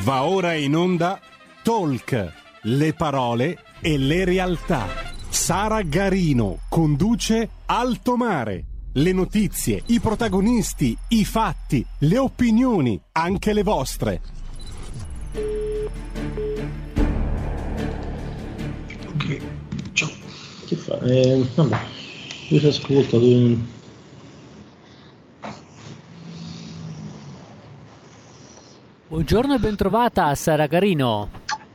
Va ora in onda Talk, le parole e le realtà. Sara Garino conduce Alto Mare. Le notizie, i protagonisti, i fatti, le opinioni, anche le vostre. Ok, ciao. Che fa? Vabbè, io ti ascolto. Buongiorno e bentrovata Sara Garino.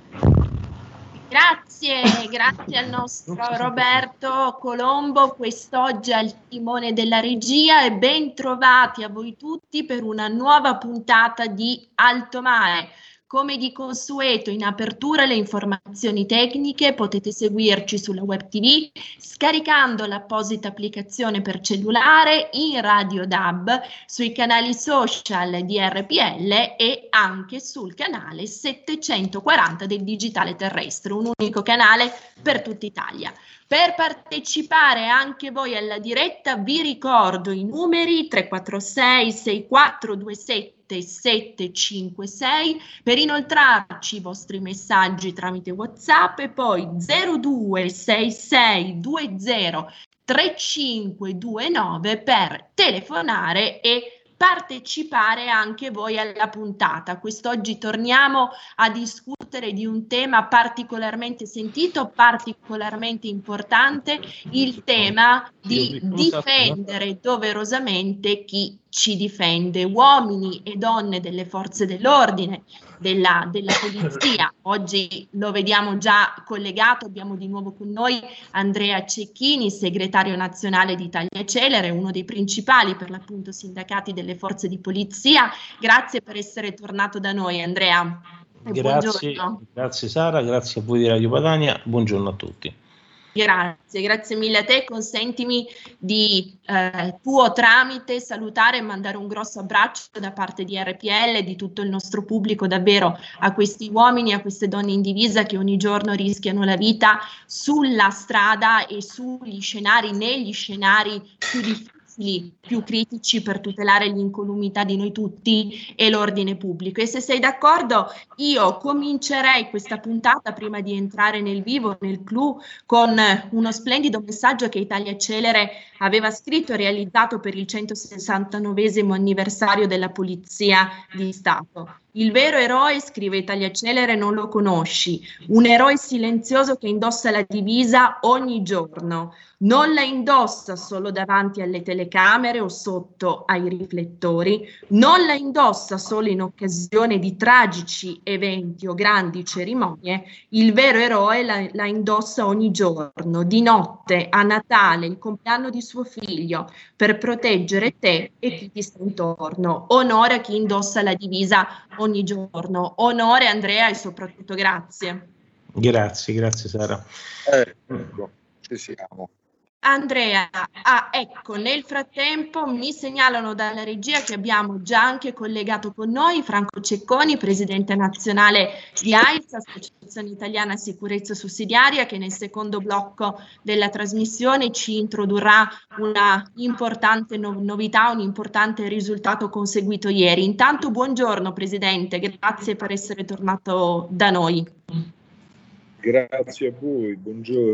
Grazie al nostro Roberto Colombo, quest'oggi al timone della regia, e ben trovati a voi tutti per una nuova puntata di Alto Mare. Come di consueto, in apertura le informazioni tecniche, potete seguirci sulla web TV scaricando l'apposita applicazione per cellulare, in Radio DAB, sui canali social di RPL e anche sul canale 740 del Digitale Terrestre, un unico canale per tutta Italia. Per partecipare anche voi alla diretta vi ricordo i numeri 346 6427 756 per inoltrarci i vostri messaggi tramite WhatsApp e poi 026620 3529 per telefonare e partecipare anche voi alla puntata. Quest'oggi torniamo a discutere di un tema particolarmente sentito, particolarmente importante, il tema di difendere doverosamente chi ci difende, uomini e donne delle forze dell'ordine, della polizia. Oggi lo vediamo già collegato, abbiamo di nuovo con noi Andrea Cecchini, segretario nazionale di Italia Celere, uno dei principali per l'appunto sindacati delle forze di polizia. Grazie per essere tornato da noi, Andrea. Grazie Sara, grazie a voi di Radio Padania, buongiorno a tutti. Grazie mille a te. Consentimi di tuo tramite salutare e mandare un grosso abbraccio da parte di RPL e di tutto il nostro pubblico davvero a questi uomini, a queste donne in divisa che ogni giorno rischiano la vita sulla strada e negli scenari più difficili, più critici per tutelare l'incolumità di noi tutti e l'ordine pubblico. E se sei d'accordo, io comincerei questa puntata, prima di entrare nel vivo, nel clou, con uno splendido messaggio che Italia Celere aveva scritto e realizzato per il 169esimo anniversario della Polizia di Stato. Il vero eroe, scrive Italia Celere, non lo conosci, un eroe silenzioso che indossa la divisa ogni giorno, non la indossa solo davanti alle telecamere o sotto ai riflettori, non la indossa solo in occasione di tragici eventi o grandi cerimonie, il vero eroe la indossa ogni giorno, di notte, a Natale, il compleanno di suo figlio, per proteggere te e chi ti sta intorno. Onore a chi indossa la divisa ogni giorno. Onore Andrea e soprattutto grazie. Grazie Sara. Ci siamo. Andrea, ecco, nel frattempo mi segnalano dalla regia che abbiamo già anche collegato con noi Franco Cecconi, presidente nazionale di AISA, Associazione Italiana Sicurezza Sussidiaria, che nel secondo blocco della trasmissione ci introdurrà una importante novità, un importante risultato conseguito ieri. Intanto buongiorno Presidente, grazie per essere tornato da noi. Grazie a voi, buongiorno.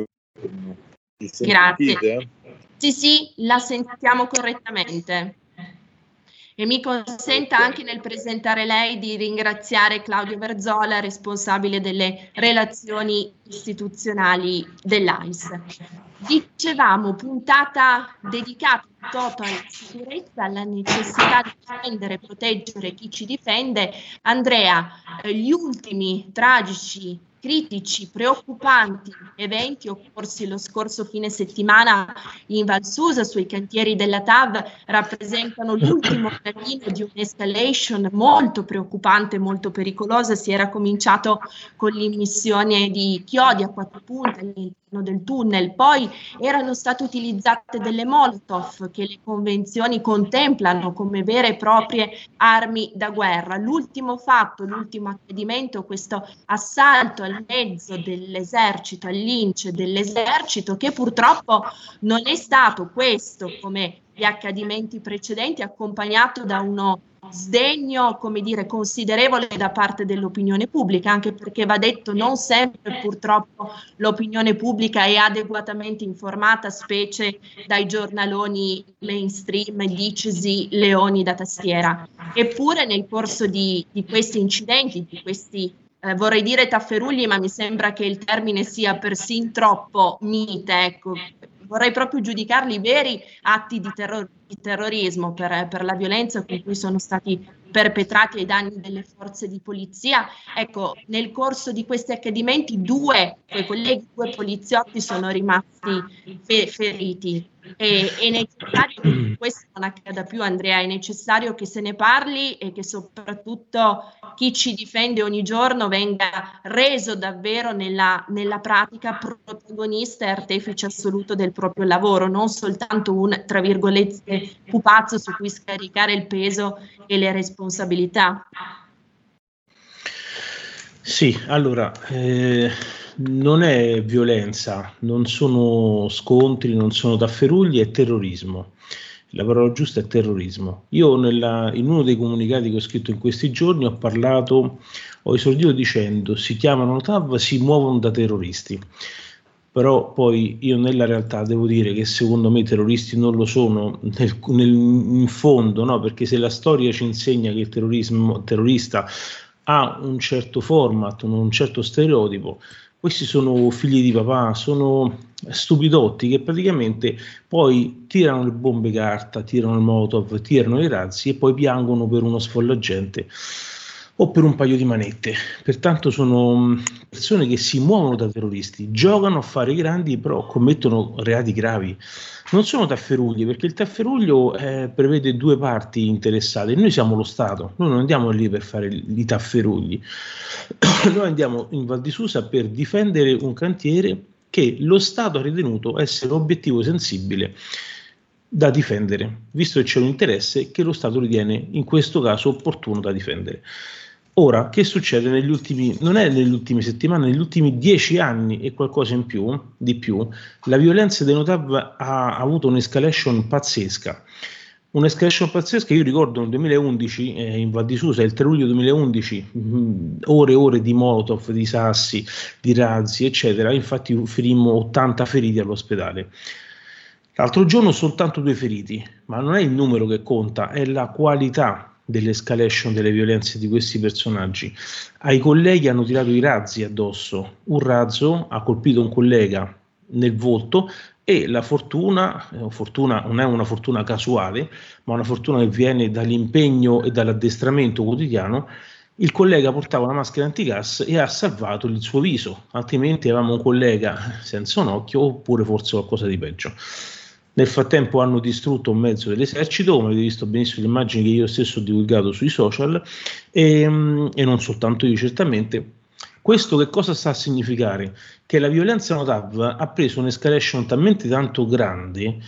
Grazie. Sì, la sentiamo correttamente. E mi consenta anche nel presentare lei di ringraziare Claudio Verzola, responsabile delle relazioni istituzionali dell'AIS. Dicevamo, puntata dedicata alla sicurezza, alla necessità di difendere e proteggere chi ci difende. Andrea, gli ultimi tragici, critici, preoccupanti eventi occorsi lo scorso fine settimana in Val Susa sui cantieri della TAV rappresentano l'ultimo gradino di un'escalation molto preoccupante, molto pericolosa. Si era cominciato con l'immissione di chiodi a 4 punte all'interno del tunnel, poi erano state utilizzate delle Molotov che le convenzioni contemplano come vere e proprie armi da guerra. L'ultimo fatto, l'ultimo accadimento, questo assalto al mezzo dell'esercito, al lince dell'esercito, che purtroppo non è stato questo, come gli accadimenti precedenti, accompagnato da uno sdegno, come dire, considerevole da parte dell'opinione pubblica, anche perché va detto non sempre purtroppo l'opinione pubblica è adeguatamente informata, specie dai giornaloni mainstream, dicesi leoni da tastiera. Eppure nel corso di questi incidenti, di questi vorrei dire tafferugli, ma mi sembra che il termine sia persin troppo mite, ecco. Vorrei proprio giudicarli veri atti di terrorismo per la violenza con cui sono stati perpetrati ai danni delle forze di polizia. Ecco, nel corso di questi accadimenti due poliziotti sono rimasti feriti. È necessario che questo non accada più, Andrea, è necessario che se ne parli e che soprattutto chi ci difende ogni giorno venga reso davvero nella pratica protagonista e artefice assoluto del proprio lavoro, non soltanto un, tra virgolette, pupazzo su cui scaricare il peso e le responsabilità. Sì, allora, non è violenza, non sono scontri, non sono tafferugli, è terrorismo. La parola giusta è terrorismo. Io in uno dei comunicati che ho scritto in questi giorni ho esordito dicendo: si chiamano TAV, si muovono da terroristi. Però poi io nella realtà devo dire che secondo me i terroristi non lo sono in fondo, no? Perché se la storia ci insegna che il terrorista ha un certo format, un certo stereotipo, questi sono figli di papà, sono stupidotti che praticamente poi tirano le bombe carta, tirano il molotov, tirano i razzi e poi piangono per uno sfollagente o per un paio di manette. Pertanto sono persone che si muovono da terroristi, giocano a fare i grandi, però commettono reati gravi. Non sono tafferugli, perché il tafferuglio prevede due parti interessate. Noi siamo lo Stato, noi non andiamo lì per fare i tafferugli. Noi andiamo in Val di Susa per difendere un cantiere che lo Stato ha ritenuto essere un obiettivo sensibile da difendere, visto che c'è un interesse che lo Stato ritiene in questo caso opportuno da difendere. Ora, che succede non è nelle ultime settimane, negli ultimi 10 anni e qualcosa di più, la violenza dei NOTAV ha avuto un'escalation pazzesca. Un'escalation pazzesca, io ricordo nel 2011 in Val di Susa, il 3 luglio 2011, ore e ore di molotov, di sassi, di razzi, eccetera. Infatti ferimmo 80 feriti all'ospedale. L'altro giorno soltanto 2 feriti, ma non è il numero che conta, è la qualità dell'escalation delle violenze di questi personaggi. Ai colleghi hanno tirato i razzi addosso, un razzo ha colpito un collega nel volto e la fortuna non è una fortuna casuale, ma una fortuna che viene dall'impegno e dall'addestramento quotidiano. Il collega portava una maschera antigas e ha salvato il suo viso, altrimenti avevamo un collega senza un occhio oppure forse qualcosa di peggio. Nel frattempo hanno distrutto un mezzo dell'esercito, come avete visto benissimo le immagini che io stesso ho divulgato sui social, e non soltanto io certamente. Questo che cosa sta a significare? Che la violenza NOTAV ha preso un'escalation talmente tanto grande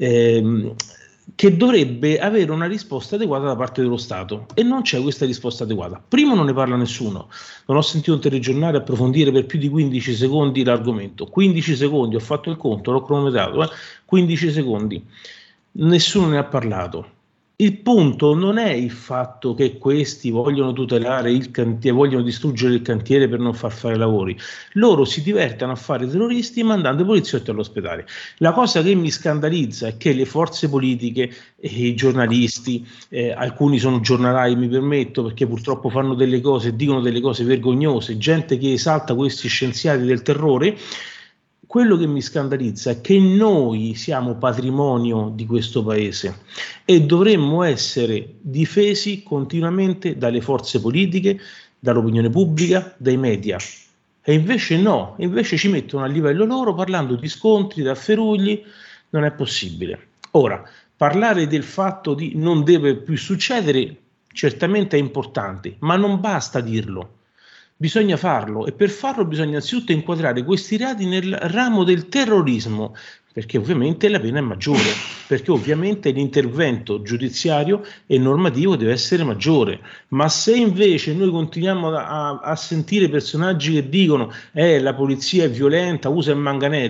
che dovrebbe avere una risposta adeguata da parte dello Stato, e non c'è questa risposta adeguata. Primo, non ne parla nessuno, non ho sentito un telegiornale approfondire per più di 15 secondi l'argomento. 15 secondi, ho fatto il conto, l'ho cronometrato, 15 secondi, nessuno ne ha parlato. Il punto non è il fatto che questi vogliono tutelare il cantiere, vogliono distruggere il cantiere per non far fare lavori. Loro si divertono a fare terroristi mandando i poliziotti all'ospedale. La cosa che mi scandalizza è che le forze politiche, i giornalisti, alcuni sono giornalai, mi permetto, perché purtroppo fanno delle cose, dicono delle cose vergognose, gente che esalta questi scienziati del terrore. Quello che mi scandalizza è che noi siamo patrimonio di questo paese e dovremmo essere difesi continuamente dalle forze politiche, dall'opinione pubblica, dai media. E invece no, invece ci mettono a livello loro parlando di scontri, di afferugli. Non è possibile. Ora, parlare del fatto di non deve più succedere certamente è importante, ma non basta dirlo. Bisogna farlo, e per farlo bisogna innanzitutto inquadrare questi reati nel ramo del terrorismo, perché ovviamente la pena è maggiore, perché ovviamente l'intervento giudiziario e normativo deve essere maggiore. Ma se invece noi continuiamo a sentire personaggi che dicono la polizia è violenta, usa il manganello,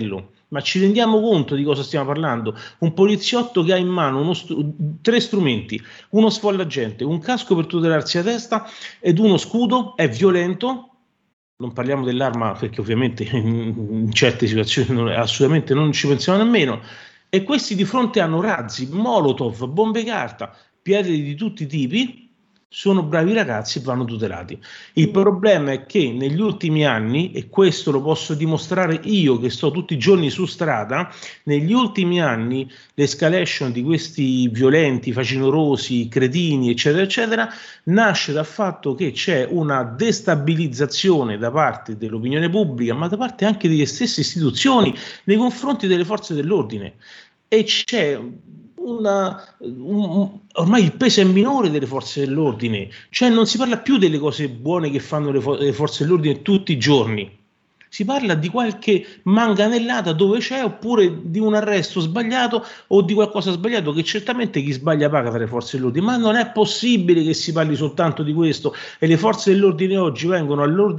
Ma ci rendiamo conto di cosa stiamo parlando? Un poliziotto che ha in mano tre strumenti, uno sfollagente, un casco per tutelarsi la testa ed uno scudo, è violento. Non parliamo dell'arma perché ovviamente in certe situazioni assolutamente non ci pensiamo nemmeno. E questi di fronte hanno razzi, molotov, bombe carta, pietre di tutti i tipi. Sono bravi ragazzi e vanno tutelati. Il problema è che negli ultimi anni, e questo lo posso dimostrare io che sto tutti i giorni su strada, negli ultimi anni l'escalation di questi violenti, facinorosi, cretini, eccetera, eccetera, nasce dal fatto che c'è una destabilizzazione da parte dell'opinione pubblica, ma da parte anche delle stesse istituzioni nei confronti delle forze dell'ordine. E c'è ormai il peso è minore delle forze dell'ordine, cioè non si parla più delle cose buone che fanno le forze dell'ordine tutti i giorni, si parla di qualche manganellata dove c'è, oppure di un arresto sbagliato o di qualcosa sbagliato, che certamente chi sbaglia paga tra le forze dell'ordine, ma non è possibile che si parli soltanto di questo. E le forze dell'ordine oggi vengono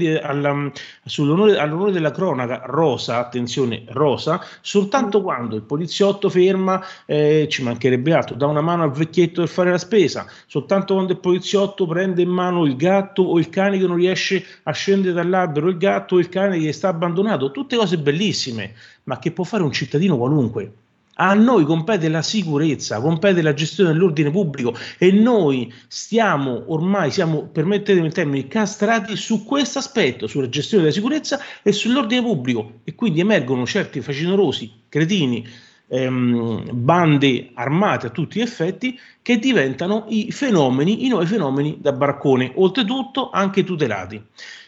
all'onore della cronaca rosa, attenzione rosa, soltanto quando il poliziotto ferma, ci mancherebbe altro, dà una mano al vecchietto per fare la spesa, soltanto quando il poliziotto prende in mano il gatto o il cane che non riesce a scendere dall'albero, il gatto o il cane che sta abbandonato, tutte cose bellissime, ma che può fare un cittadino qualunque. A noi compete la sicurezza, compete la gestione dell'ordine pubblico, e noi siamo, permettetemi il termine, castrati su questo aspetto, sulla gestione della sicurezza e sull'ordine pubblico, e quindi emergono certi facinorosi, cretini, bande armate a tutti gli effetti, che diventano i nuovi fenomeni da baraccone, oltretutto anche tutelati.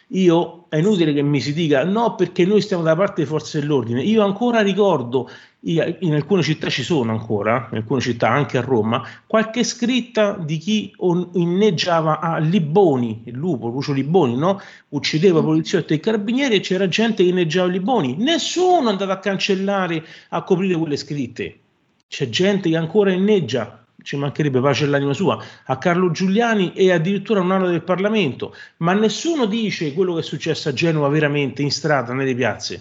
È inutile che mi si dica no perché noi stiamo dalla parte delle forze dell'ordine. Io ancora ricordo, in alcune città ci sono ancora, in alcune città anche a Roma, qualche scritta di chi inneggiava a Liboni, il lupo, Lucio Liboni, no? Uccideva poliziotti e carabinieri e c'era gente che inneggiava a Liboni. Nessuno è andato a cancellare, a coprire quelle scritte. C'è gente che ancora inneggia, ci mancherebbe, pace all'anima sua, a Carlo Giuliani e addirittura un anno del Parlamento, ma nessuno dice quello che è successo a Genova veramente in strada, nelle piazze.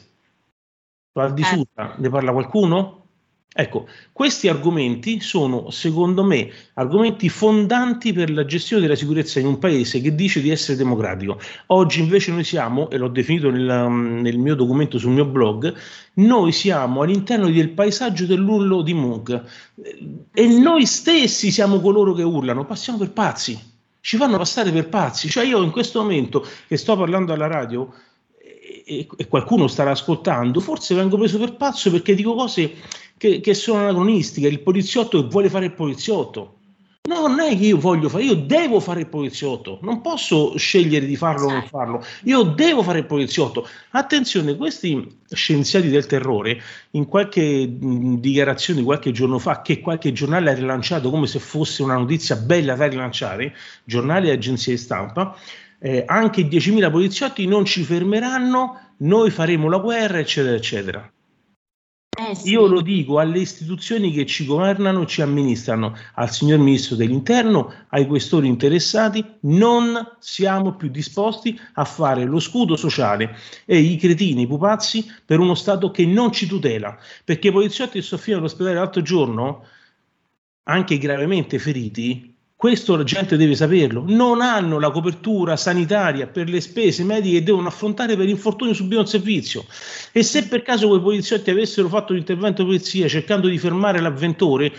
Val di Susa, ne parla qualcuno? Ecco, questi argomenti sono, secondo me, argomenti fondanti per la gestione della sicurezza in un paese che dice di essere democratico. Oggi invece noi siamo, e l'ho definito nel mio documento sul mio blog, noi siamo all'interno del paesaggio dell'urlo di Munch, e noi stessi siamo coloro che urlano, passiamo per pazzi, ci fanno passare per pazzi. Cioè io in questo momento che sto parlando alla radio e qualcuno starà ascoltando, forse vengo preso per pazzo perché dico cose che sono anacronistiche. Il poliziotto che vuole fare il poliziotto, no, non è che io voglio fare, io devo fare il poliziotto, non posso scegliere di farlo o non farlo, io devo fare il poliziotto. Attenzione, questi scienziati del terrore, in qualche dichiarazione di qualche giorno fa, che qualche giornale ha rilanciato come se fosse una notizia bella da rilanciare, giornali e agenzie di stampa, anche 10.000 poliziotti non ci fermeranno, noi faremo la guerra, eccetera, eccetera. Sì. Io lo dico alle istituzioni che ci governano, ci amministrano, al signor Ministro dell'Interno, ai questori interessati, non siamo più disposti a fare lo scudo sociale e i cretini, i pupazzi per uno Stato che non ci tutela, perché i poliziotti che soffrono all'ospedale l'altro giorno, anche gravemente feriti, questo la gente deve saperlo, non hanno la copertura sanitaria per le spese mediche che devono affrontare per infortunio subito al servizio. E se per caso quei poliziotti avessero fatto l'intervento di polizia cercando di fermare l'avventore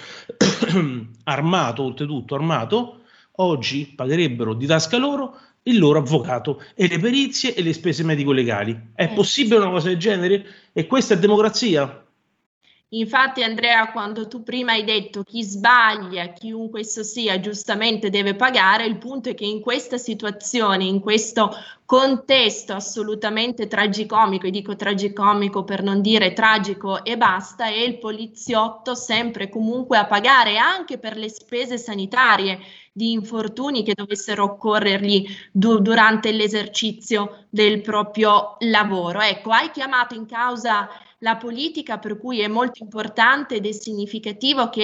armato, oltretutto armato, oggi pagherebbero di tasca loro il loro avvocato e le perizie e le spese medico-legali. È possibile una cosa del genere? E questa è democrazia? Infatti, Andrea, quando tu prima hai detto chi sbaglia, chiunque esso sia, giustamente deve pagare, il punto è che in questa situazione, in questo contesto assolutamente tragicomico, e dico tragicomico per non dire tragico e basta, è il poliziotto sempre e comunque a pagare anche per le spese sanitarie di infortuni che dovessero occorrergli durante l'esercizio del proprio lavoro. Ecco, hai chiamato in causa la politica, per cui è molto importante ed è significativo che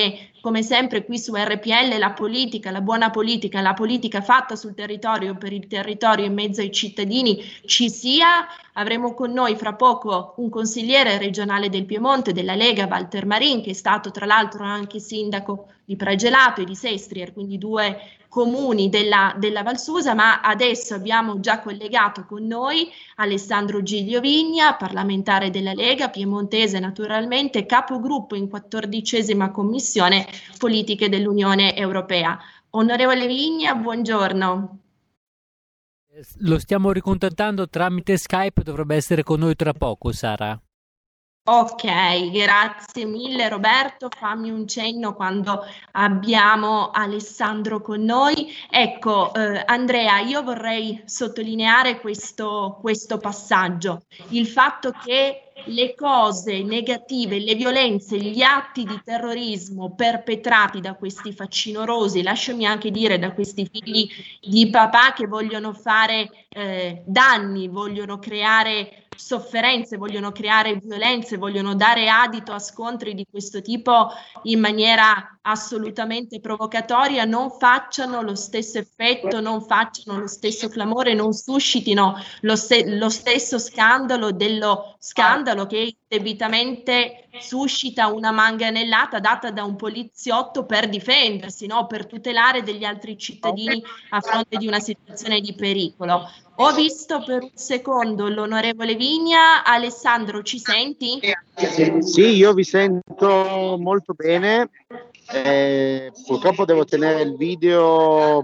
come sempre qui su RPL la politica, la buona politica, la politica fatta sul territorio, per il territorio, in mezzo ai cittadini ci sia. Avremo con noi fra poco un consigliere regionale del Piemonte della Lega, Walter Marin, che è stato tra l'altro anche sindaco di Pragelato e di Sestrier, quindi due comuni della Val Susa, ma adesso abbiamo già collegato con noi Alessandro Giglio Vigna, parlamentare della Lega, piemontese naturalmente, capogruppo in 14ª Commissione Politiche dell'Unione Europea. Onorevole Vigna, buongiorno. Lo stiamo ricontattando tramite Skype, dovrebbe essere con noi tra poco, Sara. Ok, grazie mille Roberto, fammi un cenno quando abbiamo Alessandro con noi. Ecco, Andrea, io vorrei sottolineare questo passaggio, il fatto che le cose negative, le violenze, gli atti di terrorismo perpetrati da questi facinorosi, lasciami anche dire da questi figli di papà che vogliono fare danni, vogliono creare sofferenze, vogliono creare violenze, vogliono dare adito a scontri di questo tipo in maniera assolutamente provocatoria, non facciano lo stesso effetto, non facciano lo stesso clamore, non suscitino lo stesso scandalo dello scandalo che debitamente suscita una manganellata data da un poliziotto per difendersi, no? Per tutelare degli altri cittadini a fronte di una situazione di pericolo. Ho visto per un secondo l'onorevole Vigna. Alessandro, ci senti? Sì, io vi sento molto bene. Purtroppo devo tenere il video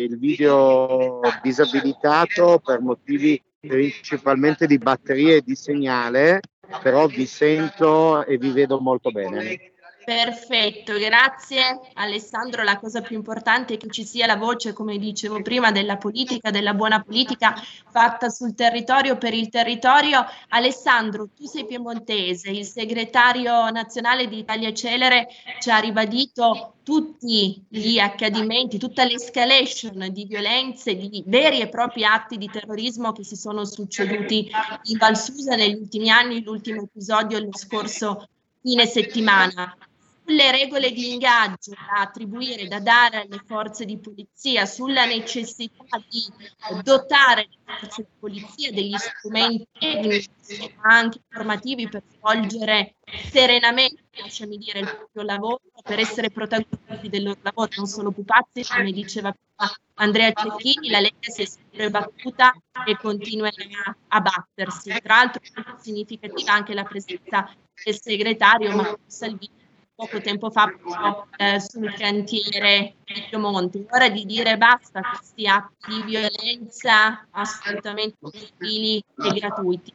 disabilitato per motivi principalmente di batterie e di segnale, però vi sento e vi vedo molto bene. Perfetto, grazie Alessandro. La cosa più importante è che ci sia la voce, come dicevo prima, della politica, della buona politica fatta sul territorio, per il territorio. Alessandro, tu sei piemontese, il segretario nazionale di Italia Celere ci ha ribadito tutti gli accadimenti, tutta l'escalation di violenze, di veri e propri atti di terrorismo che si sono succeduti in Val Susa negli ultimi anni, l'ultimo episodio lo scorso fine settimana. Sulle regole di ingaggio da attribuire, da dare alle forze di polizia, sulla necessità di dotare le forze di polizia degli strumenti tecnici ma anche informativi per svolgere serenamente, lasciami dire, il proprio lavoro, per essere protagonisti del loro lavoro, non solo pupazzi, come diceva prima Andrea Cecchini. La Lega si è sempre battuta e continuerà a battersi. Tra l'altro è molto significativa anche la presenza del segretario Matteo Salvini poco tempo fa sul cantiere di Piemonte. Ora di dire basta a questi atti di violenza assolutamente ostili e gratuiti.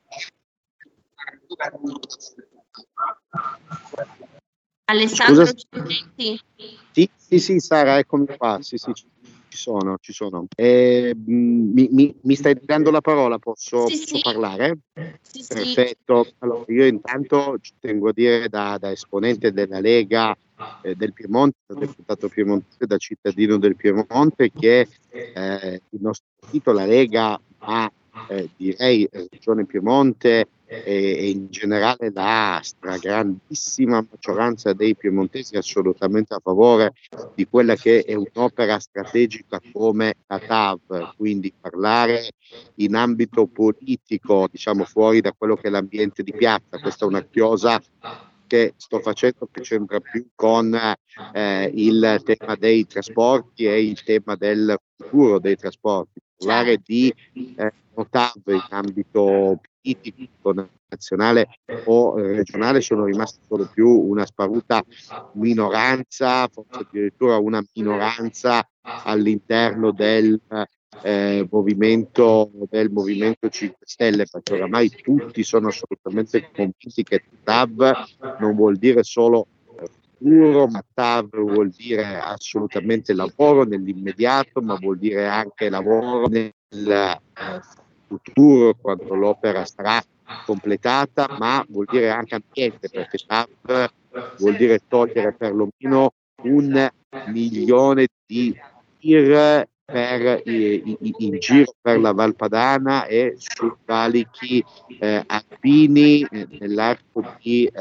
Alessandro, ci senti? Sì, Sara, eccomi qua. Sì, ci sono. Mi stai dando la parola? Posso parlare? Sì. Perfetto. Allora, io intanto ci tengo a dire da esponente della Lega del Piemonte, da deputato piemontese, da cittadino del Piemonte, che il nostro partito, la Lega, ha direi Regione Piemonte e in generale la stragrandissima maggioranza dei piemontesi assolutamente a favore di quella che è un'opera strategica come la TAV, quindi parlare in ambito politico, diciamo fuori da quello che è l'ambiente di piazza. Questa è una chiosa che sto facendo che c'entra più con il tema dei trasporti e il tema del futuro dei trasporti. Parlare di TAV in ambito politico, nazionale o regionale sono rimasti solo più una sparuta minoranza, forse addirittura una minoranza all'interno del movimento 5 Stelle, perché oramai tutti sono assolutamente convinti che TAV non vuol dire solo futuro, ma TAV vuol dire assolutamente lavoro nell'immediato, ma vuol dire anche lavoro nel futuro quando l'opera sarà completata, ma vuol dire anche ambiente, perché TAV vuol dire togliere perlomeno 1 milione di tir in giro per la Valpadana e sui valichi alpini nell'arco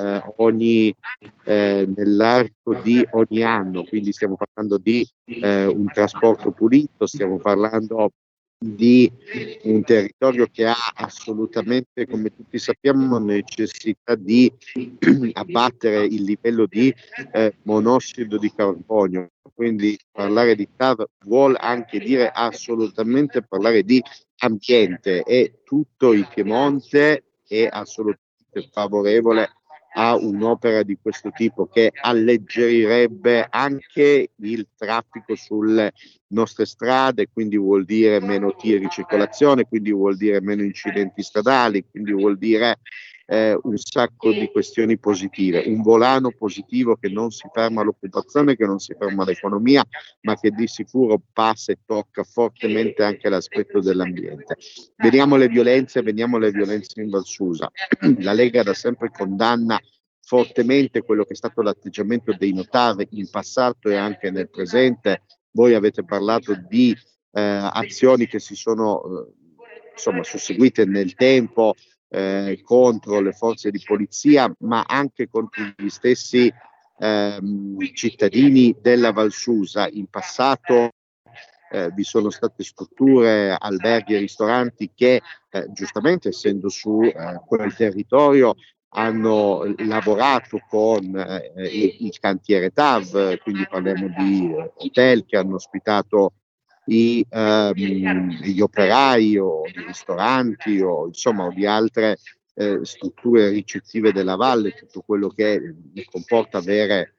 di ogni anno. Quindi stiamo parlando di un trasporto pulito, stiamo parlando di un territorio che ha assolutamente, come tutti sappiamo, necessità di abbattere il livello di monossido di carbonio. Quindi parlare di TAV vuol anche dire assolutamente parlare di ambiente, e tutto il Piemonte è assolutamente favorevole a un'opera di questo tipo che alleggerirebbe anche il traffico sulle nostre strade, quindi vuol dire meno tiri di circolazione, quindi vuol dire meno incidenti stradali, quindi vuol dire un sacco di questioni positive, un volano positivo che non si ferma l'occupazione, che non si ferma l'economia, ma che di sicuro passa e tocca fortemente anche l'aspetto dell'ambiente. Vediamo le violenze in Valsusa. La Lega da sempre condanna fortemente quello che è stato l'atteggiamento dei notavi in passato e anche nel presente. Voi avete parlato di azioni che si sono susseguite nel tempo contro le forze di polizia, ma anche contro gli stessi cittadini della Valsusa. In passato vi sono state strutture, alberghi e ristoranti che giustamente, essendo su quel territorio, hanno lavorato con il cantiere TAV, quindi parliamo di hotel che hanno ospitato gli operai o di ristoranti o di altre strutture ricettive della valle, tutto quello che comporta avere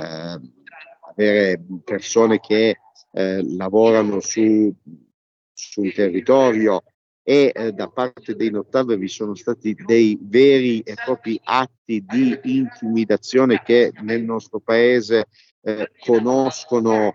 persone che lavorano su un territorio, e da parte dei notavi vi sono stati dei veri e propri atti di intimidazione che nel nostro paese conoscono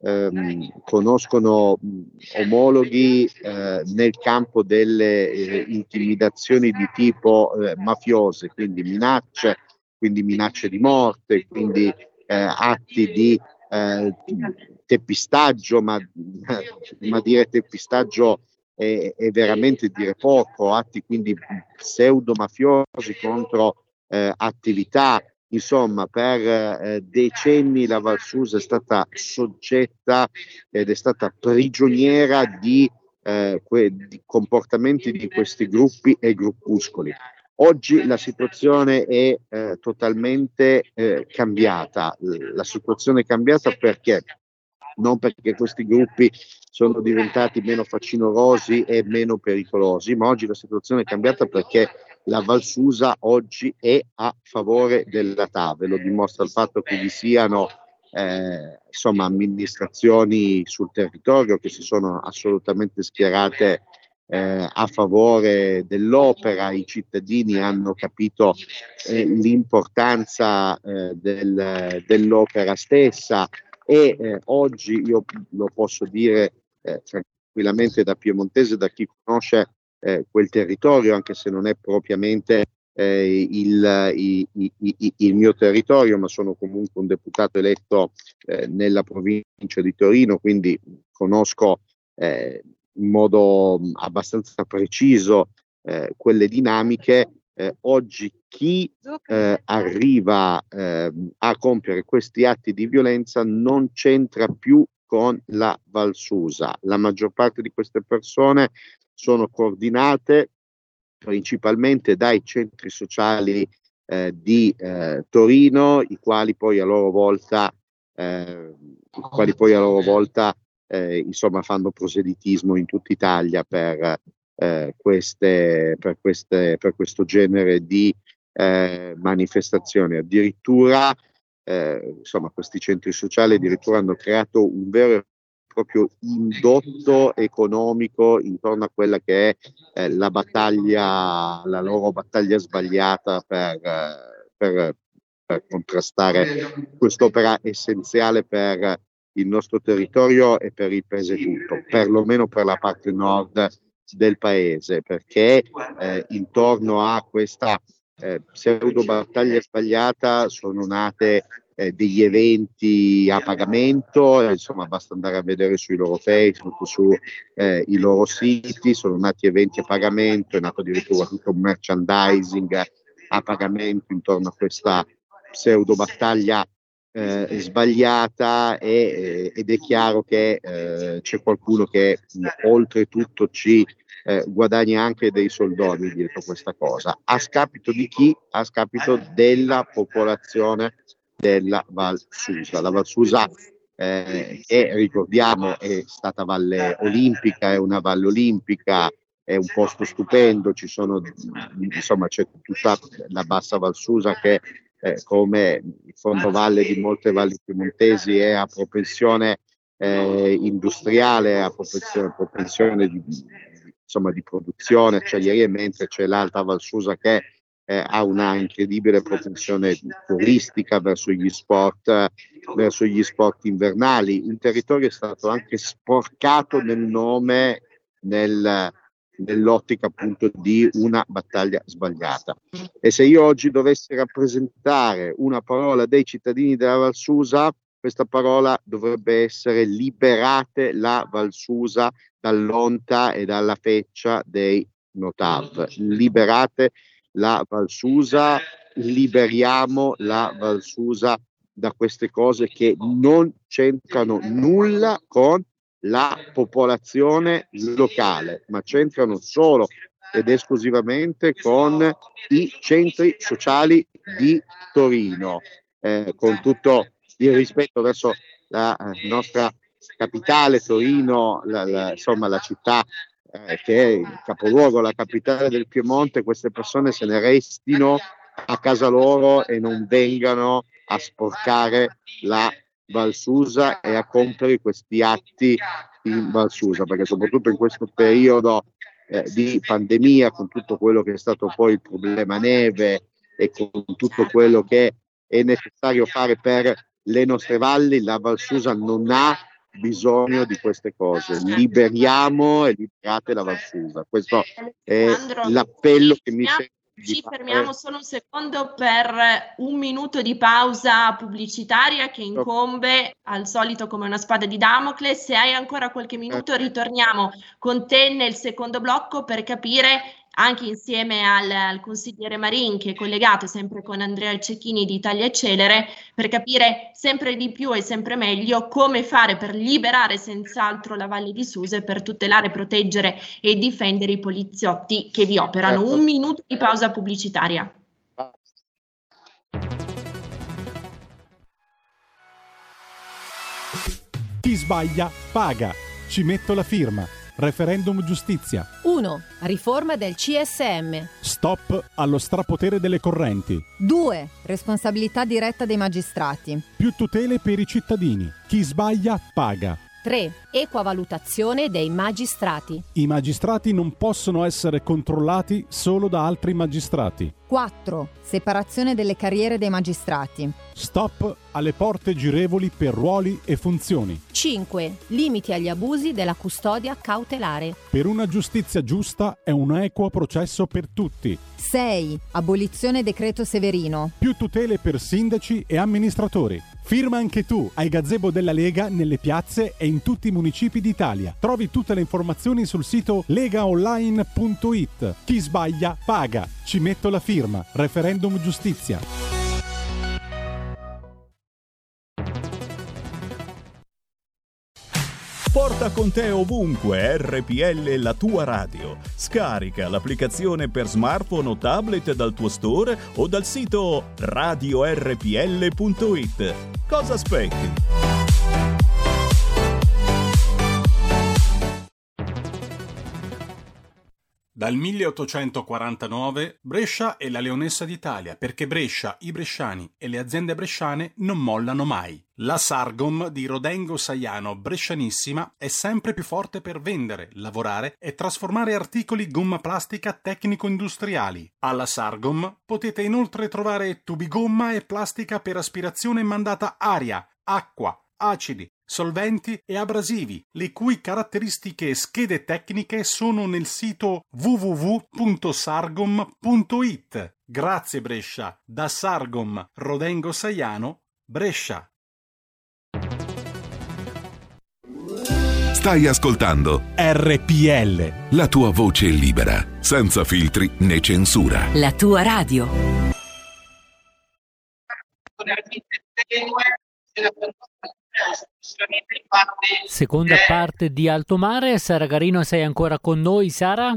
omologhi nel campo delle intimidazioni di tipo mafiose, quindi minacce di morte, quindi atti di teppistaggio, ma dire teppistaggio è veramente dire poco, atti quindi pseudo mafiosi contro attività. Insomma, per decenni la Valsusa è stata soggetta ed è stata prigioniera di comportamenti di questi gruppi e gruppuscoli. Oggi la situazione è totalmente cambiata. La situazione è cambiata perché? Non perché questi gruppi sono diventati meno facinorosi e meno pericolosi, ma oggi la situazione è cambiata perché la Valsusa oggi è a favore della TAV. Lo dimostra il fatto che vi siano amministrazioni sul territorio che si sono assolutamente schierate a favore dell'opera. I cittadini hanno capito l'importanza dell'opera stessa, e oggi io lo posso dire tranquillamente da piemontese, da chi conosce quel territorio, anche se non è propriamente il mio territorio, ma sono comunque un deputato eletto nella provincia di Torino, quindi conosco in modo abbastanza preciso quelle dinamiche. Oggi chi arriva a compiere questi atti di violenza non c'entra più con la Valsusa. La maggior parte di queste persone sono coordinate principalmente dai centri sociali di Torino, i quali poi a loro volta fanno proselitismo in tutta Italia per questo genere di manifestazioni. Addirittura questi centri sociali addirittura hanno creato un vero e proprio indotto economico intorno a quella che è la loro battaglia sbagliata per contrastare quest'opera essenziale per il nostro territorio e per il paese tutto, perlomeno per la parte nord del paese, perché intorno a questa pseudo battaglia sbagliata sono nate degli eventi a pagamento, insomma basta andare a vedere sui loro Facebook, sui loro siti, sono nati eventi a pagamento, è nato addirittura tutto un merchandising a pagamento intorno a questa pseudo battaglia sbagliata, ed è chiaro che c'è qualcuno che oltretutto ci guadagna anche dei soldoni dietro questa cosa, a scapito di chi? A scapito della popolazione della Val Susa. La Val Susa, che ricordiamo è stata valle olimpica, è una valle olimpica, è un posto stupendo, ci sono, insomma, c'è tutta la bassa Val Susa che come il fondovalle di molte valli piemontesi è a propensione industriale, a propensione di produzione acciaieria, mentre c'è l'Alta Val Susa che ha una incredibile propensione turistica verso gli sport invernali. Il territorio è stato anche sporcato nel nome, nell'ottica appunto di una battaglia sbagliata. E se io oggi dovessi rappresentare una parola dei cittadini della Val Susa, questa parola dovrebbe essere: liberate la Val Susa dall'onta e dalla feccia dei Notav. Liberate la Val Susa, liberiamo la Val Susa da queste cose che non c'entrano nulla con la popolazione locale, ma c'entrano solo ed esclusivamente con i centri sociali di Torino, con tutto il rispetto verso la nostra capitale Torino, insomma la città che è il capoluogo, la capitale del Piemonte. Queste persone se ne restino a casa loro e non vengano a sporcare la Val Susa e a compiere questi atti in Val Susa, perché soprattutto in questo periodo di pandemia, con tutto quello che è stato poi il problema neve e con tutto quello che è necessario fare per le nostre valli, la Val Susa non ha bisogno di queste cose. Liberiamo e liberate la Val Susa. Questo è l'appello che mi sento. Ci fermiamo solo un secondo per un minuto di pausa pubblicitaria che incombe al solito come una spada di Damocle. Se hai ancora qualche minuto ritorniamo con te nel secondo blocco per capire, anche insieme al consigliere Marin, che è collegato sempre con Andrea Cecchini di Italia Celere, per capire sempre di più e sempre meglio come fare per liberare senz'altro la Valle di Susa e per tutelare, proteggere e difendere i poliziotti che vi operano. Un minuto di pausa pubblicitaria. Chi sbaglia paga. Ci metto la firma. Referendum giustizia. 1. Riforma del CSM. Stop allo strapotere delle correnti. 2. Responsabilità diretta dei magistrati. Più tutele per i cittadini. Chi sbaglia paga. 3. Equa valutazione dei magistrati. I magistrati non possono essere controllati solo da altri magistrati. 4. Separazione delle carriere dei magistrati. Stop alle porte girevoli per ruoli e funzioni. 5. Limiti agli abusi della custodia cautelare. Per una giustizia giusta e un equo processo per tutti. 6. Abolizione decreto Severino. Più tutele per sindaci e amministratori. Firma anche tu ai gazebo della Lega nelle piazze e in tutti i municipi d'Italia. Trovi tutte le informazioni sul sito legaonline.it. Chi sbaglia paga. Ci metto la firma. Referendum giustizia. Porta con te ovunque RPL, la tua radio. Scarica l'applicazione per smartphone o tablet dal tuo store o dal sito radiorpl.it. Cosa aspetti? Dal 1849 Brescia è la leonessa d'Italia, perché Brescia, i bresciani e le aziende bresciane non mollano mai. La Sargom di Rodengo Saiano Brescianissima è sempre più forte per vendere, lavorare e trasformare articoli gomma plastica tecnico-industriali. Alla Sargom potete inoltre trovare tubi gomma e plastica per aspirazione mandata aria, acqua, acidi, solventi e abrasivi, le cui caratteristiche e schede tecniche sono nel sito www.sargom.it. Grazie Brescia, da Sargom Rodengo Saiano, Brescia. Stai ascoltando RPL. La tua voce libera, senza filtri né censura. La tua radio. Seconda parte di Alto Mare. Sara Garino, sei ancora con noi, Sara?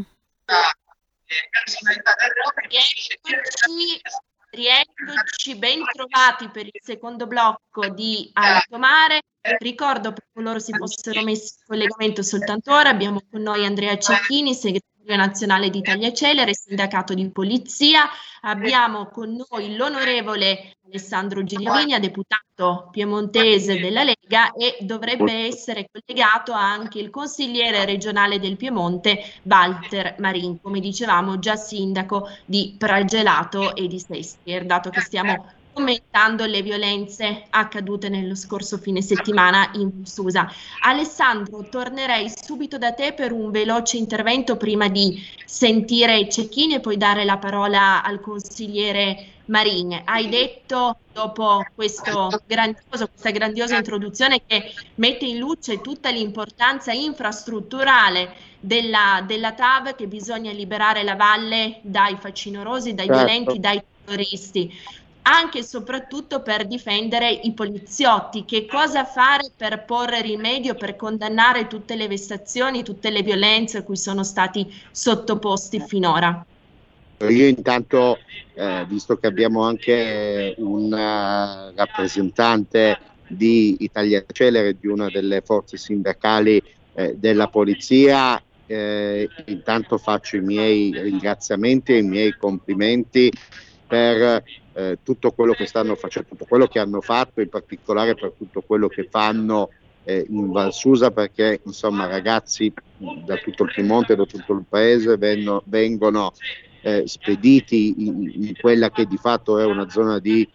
Rieccoci, ben trovati per il secondo blocco di Alto Mare. Ricordo per coloro si fossero messi in collegamento soltanto ora, abbiamo con noi Andrea Cecchini, segretario nazionale di Italia Celere, sindacato di polizia. Abbiamo con noi l'onorevole Alessandro Gigliavigna, deputato piemontese della Lega, e dovrebbe essere collegato anche il consigliere regionale del Piemonte Walter Marin, come dicevamo già sindaco di Pragelato e di Sestriere, dato che stiamo commentando le violenze accadute nello scorso fine settimana in Susa. Alessandro, tornerei subito da te per un veloce intervento prima di sentire Cecchini e poi dare la parola al consigliere Marin. Hai detto, dopo questa grandiosa introduzione che mette in luce tutta l'importanza infrastrutturale della TAV, che bisogna liberare la valle dai facinorosi, dai violenti, dai terroristi, anche e soprattutto per difendere i poliziotti. Che cosa fare per porre rimedio, per condannare tutte le vessazioni, tutte le violenze a cui sono stati sottoposti finora? Io intanto, visto che abbiamo anche un rappresentante di Italia Celere, di una delle forze sindacali della polizia, intanto faccio i miei ringraziamenti e i miei complimenti per tutto quello che stanno facendo, tutto quello che hanno fatto, in particolare per tutto quello che fanno in Val Susa, perché insomma ragazzi da tutto il Piemonte, da tutto il paese vengono spediti in quella che di fatto è una zona di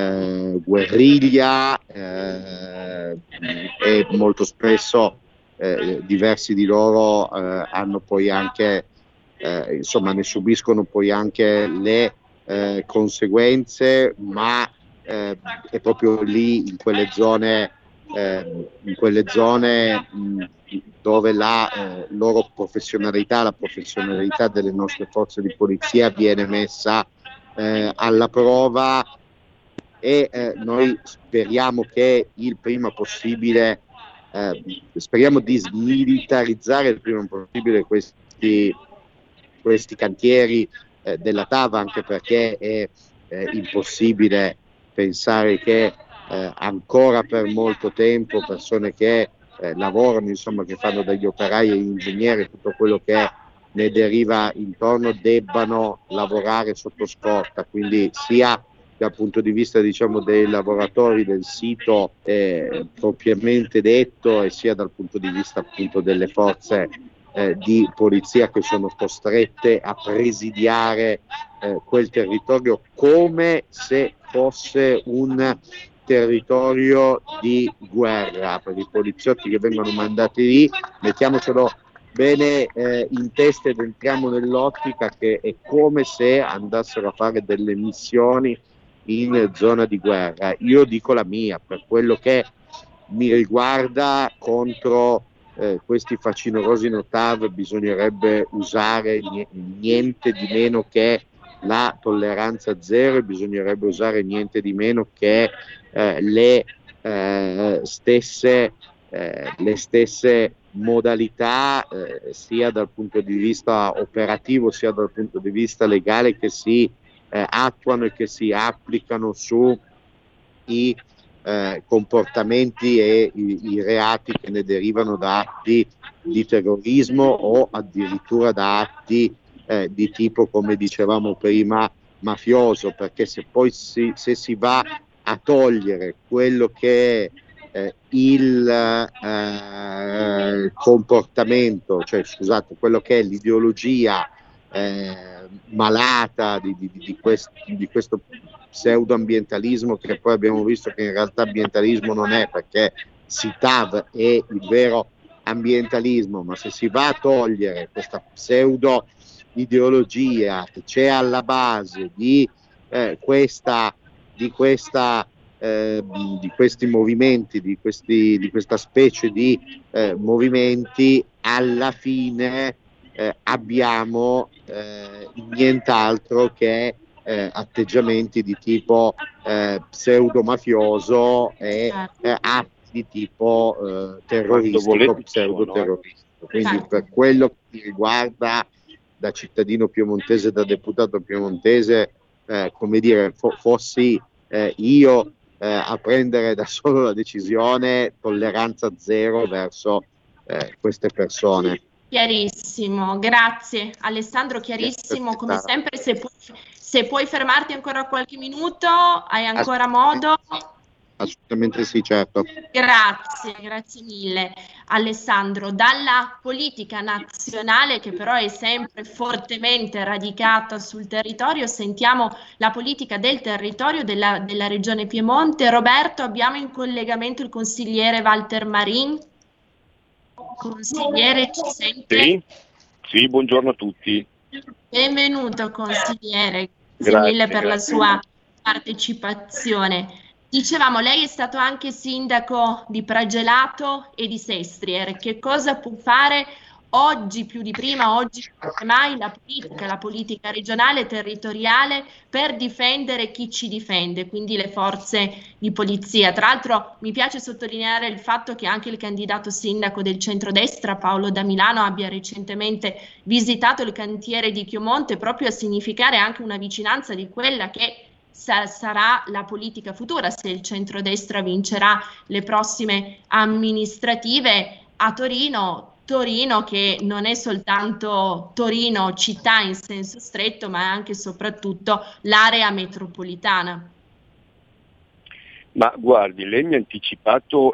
guerriglia, e molto spesso diversi di loro hanno poi anche insomma ne subiscono poi anche le conseguenze, ma è proprio lì in quelle zone dove la loro professionalità, la professionalità delle nostre forze di polizia viene messa alla prova, e noi speriamo che il prima possibile speriamo di smilitarizzare il prima possibile questi cantieri della TAV, anche perché è impossibile pensare che ancora per molto tempo persone che lavorano, insomma, che fanno dagli operai e ingegneri, tutto quello che ne deriva intorno, debbano lavorare sotto scorta, quindi sia dal punto di vista, diciamo, dei lavoratori del sito propriamente detto, e sia dal punto di vista appunto delle forze di polizia che sono costrette a presidiare quel territorio come se fosse un territorio di guerra. Per i poliziotti che vengono mandati lì, mettiamocelo bene in testa ed entriamo nell'ottica che è come se andassero a fare delle missioni in zona di guerra. Io dico la mia, per quello che mi riguarda, contro questi facinorosi NOTAV bisognerebbe usare niente di meno che la tolleranza zero, e bisognerebbe usare niente di meno che le stesse modalità, sia dal punto di vista operativo sia dal punto di vista legale, che si attuano e che si applicano su i comportamenti e i reati che ne derivano da atti di terrorismo o addirittura da atti di tipo, come dicevamo prima, mafioso, perché se poi se si va a togliere quello che è il comportamento, cioè scusate, quello che è l'ideologia malata di questo pseudoambientalismo, che poi abbiamo visto che in realtà ambientalismo non è, perché SITAV è il vero ambientalismo, ma se si va a togliere questa pseudo ideologia che c'è alla base di questa di questi movimenti, di questa specie di movimenti, alla fine abbiamo nient'altro che atteggiamenti di tipo pseudo-mafioso e atti di tipo terroristico, pseudo-terroristico. Quindi per quello che mi riguarda, da cittadino piemontese, da deputato piemontese, come dire, fossi io a prendere da solo la decisione, tolleranza zero verso queste persone. Chiarissimo, grazie Alessandro, chiarissimo come sempre. Se puoi fermarti ancora qualche minuto, hai ancora modo. Assolutamente sì, certo. Grazie mille Alessandro. Dalla politica nazionale, che però è sempre fortemente radicata sul territorio, sentiamo la politica del territorio della regione Piemonte. Roberto, abbiamo in collegamento il consigliere Walter Marin. Consigliere, ci sente? Sì, buongiorno a tutti. Benvenuto consigliere, grazie mille per la sua partecipazione. Dicevamo, lei è stato anche sindaco di Pragelato e di Sestriere. Che cosa può fare oggi più di prima, oggi più che mai, la politica regionale e territoriale per difendere chi ci difende, quindi le forze di polizia? Tra l'altro mi piace sottolineare il fatto che anche il candidato sindaco del centrodestra, Paolo Da Milano, abbia recentemente visitato il cantiere di Chiomonte, proprio a significare anche una vicinanza di quella che sarà la politica futura se il centrodestra vincerà le prossime amministrative a Torino. Torino che non è soltanto Torino città in senso stretto, ma è anche e soprattutto l'area metropolitana. Ma guardi, lei mi ha anticipato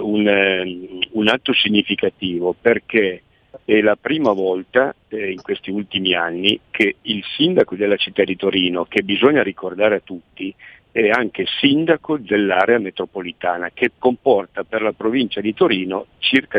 un atto significativo, perché è la prima volta in questi ultimi anni che il sindaco della città di Torino, che bisogna ricordare a tutti, è anche sindaco dell'area metropolitana, che comporta per la provincia di Torino circa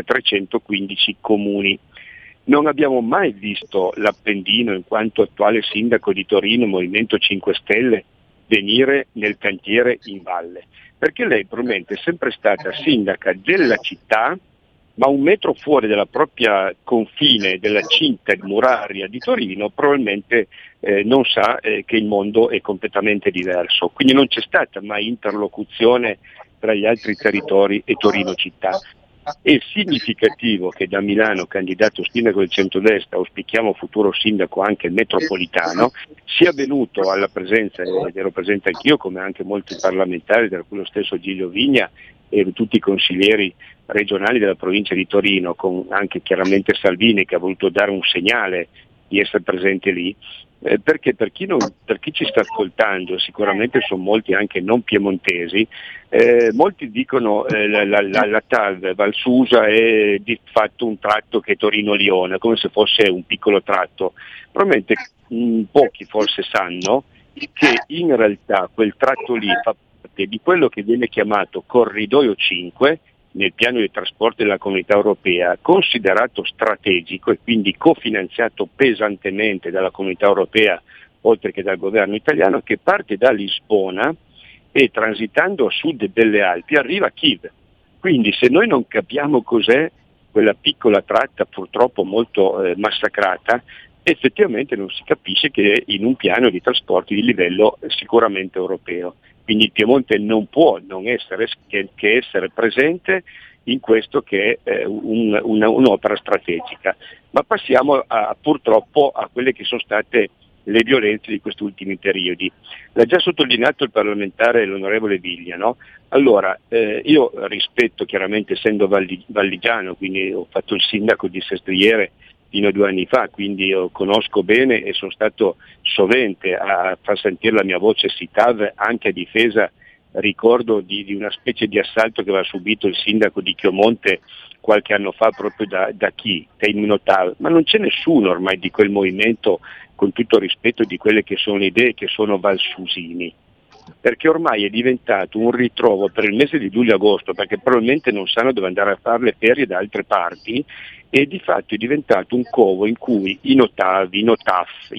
315 comuni. Non abbiamo mai visto l'Appendino, in quanto attuale sindaco di Torino, Movimento 5 Stelle, venire nel cantiere in valle, perché lei probabilmente è sempre stata sindaca della città, ma un metro fuori dalla propria confine della cinta muraria di Torino probabilmente non sa che il mondo è completamente diverso. Quindi non c'è stata mai interlocuzione tra gli altri territori e Torino città. È significativo che da Milano, candidato sindaco del centrodestra, auspichiamo futuro sindaco anche metropolitano, sia venuto alla presenza, ed ero presente anch'io, come anche molti parlamentari, tra cui lo stesso Giglio Vigna e tutti i consiglieri regionali della provincia di Torino, con anche chiaramente Salvini, che ha voluto dare un segnale di essere presente lì, perché per chi ci sta ascoltando, sicuramente sono molti anche non piemontesi, molti dicono la TAV Valsusa è di fatto un tratto che è Torino-Lione, come se fosse un piccolo tratto. Probabilmente pochi forse sanno che in realtà quel tratto lì fa parte di quello che viene chiamato Corridoio 5 nel piano di trasporto della Comunità Europea, considerato strategico e quindi cofinanziato pesantemente dalla Comunità Europea oltre che dal governo italiano, che parte da Lisbona e transitando a sud delle Alpi arriva a Kiev. Quindi se noi non capiamo cos'è quella piccola tratta purtroppo molto massacrata, effettivamente non si capisce che è in un piano di trasporti di livello sicuramente europeo. Quindi il Piemonte non può non essere che essere presente in questo che è un'opera strategica. Ma passiamo purtroppo a quelle che sono state le violenze di questi ultimi periodi. L'ha già sottolineato il parlamentare, l'onorevole Viglia, no? Allora, io rispetto chiaramente, essendo valligiano, quindi ho fatto il sindaco di Sestriere fino a 2 anni fa, quindi io conosco bene e sono stato sovente a far sentire la mia voce SITAV anche a difesa, ricordo di una specie di assalto che aveva subito il sindaco di Chiomonte qualche anno fa proprio da chi? Da il Minotauro. Ma non c'è nessuno ormai di quel movimento, con tutto il rispetto di quelle che sono le idee che sono valsusini, perché ormai è diventato un ritrovo per il mese di luglio-agosto, perché probabilmente non sanno dove andare a fare le ferie da altre parti, e di fatto è diventato un covo in cui i Notavi, i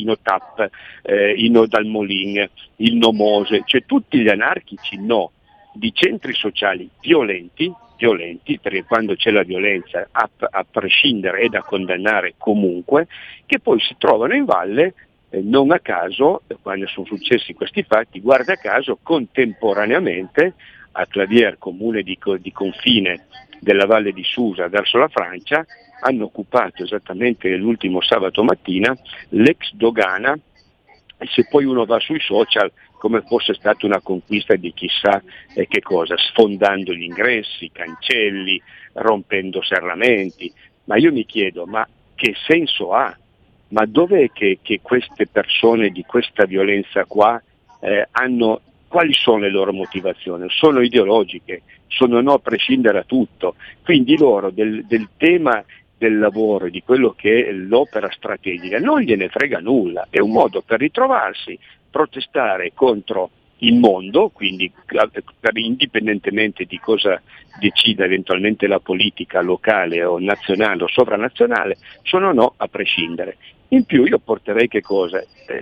Notap, i Nodalmolin, il Nomose, cioè tutti gli anarchici di centri sociali violenti, perché quando c'è la violenza a prescindere è da condannare comunque, che poi si trovano in valle, non a caso, quando sono successi questi fatti, guarda caso contemporaneamente a Clavière, comune di confine della Valle di Susa verso la Francia, hanno occupato esattamente l'ultimo sabato mattina l'ex dogana, e se poi uno va sui social come fosse stata una conquista di chissà che cosa, sfondando gli ingressi, cancelli, rompendo serramenti. Ma io mi chiedo, ma che senso ha? Ma dov'è che queste persone di questa violenza qua hanno, quali sono le loro motivazioni? Sono ideologiche, sono no a prescindere da tutto. Quindi loro del tema del lavoro e di quello che è l'opera strategica non gliene frega nulla, è un modo per ritrovarsi, protestare contro il mondo, quindi indipendentemente di cosa decida eventualmente la politica locale o nazionale o sovranazionale, sono no a prescindere. In più io porterei che cosa?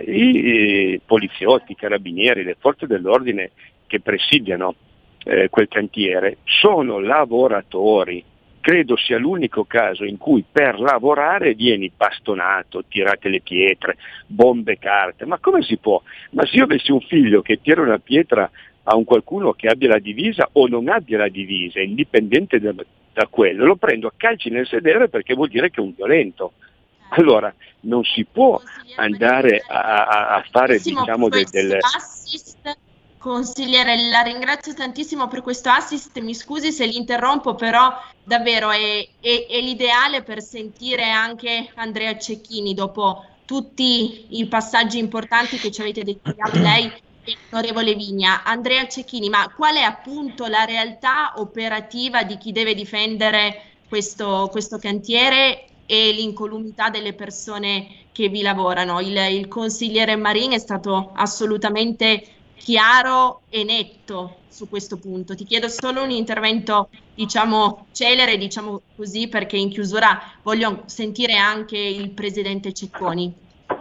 I poliziotti, i carabinieri, le forze dell'ordine che presidiano quel cantiere sono lavoratori. Credo sia l'unico caso in cui per lavorare vieni bastonato, tirate le pietre, bombe, carte. Ma come si può? Ma se io avessi un figlio che tira una pietra a un qualcuno che abbia la divisa o non abbia la divisa, indipendente da quello, lo prendo a calci nel sedere perché vuol dire che è un violento. Allora non si può andare a fare, diciamo, del assist. Consigliere, la ringrazio tantissimo per questo assist, mi scusi se l'interrompo, però davvero è l'ideale per sentire anche Andrea Cecchini dopo tutti i passaggi importanti che ci avete detto lei e l'onorevole Vigna. Andrea Cecchini, ma qual è appunto la realtà operativa di chi deve difendere questo cantiere e l'incolumità delle persone che vi lavorano? Il consigliere Marin è stato assolutamente chiaro e netto su questo punto. Ti chiedo solo un intervento, diciamo, celere, diciamo così, perché in chiusura voglio sentire anche il presidente Cecconi.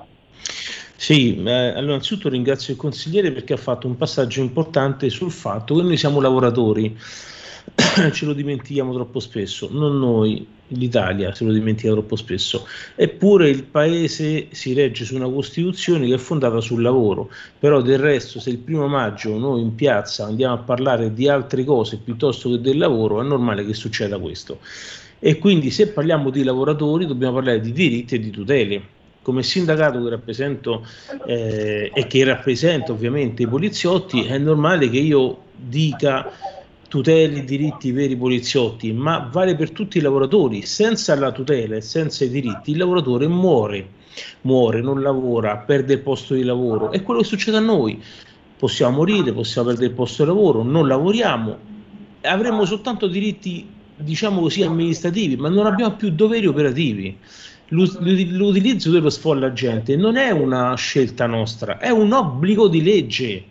Sì, allora innanzitutto ringrazio il consigliere perché ha fatto un passaggio importante sul fatto che noi siamo lavoratori. Ce lo dimentichiamo troppo spesso, non noi, l'Italia se lo dimentica troppo spesso, eppure il paese si regge su una Costituzione che è fondata sul lavoro. Però del resto, se il 1° maggio noi in piazza andiamo a parlare di altre cose piuttosto che del lavoro, è normale che succeda questo. E quindi se parliamo di lavoratori dobbiamo parlare di diritti e di tutele. Come sindacato che rappresento e che rappresenta ovviamente i poliziotti, è normale che io dica tuteli i diritti per i poliziotti, ma vale per tutti i lavoratori. Senza la tutela e senza i diritti il lavoratore muore, non lavora, perde il posto di lavoro. È quello che succede a noi: possiamo morire, possiamo perdere il posto di lavoro, non lavoriamo, avremo soltanto diritti, diciamo così, amministrativi, ma non abbiamo più doveri operativi. L'utilizzo dello sfollagente non è una scelta nostra, è un obbligo di legge.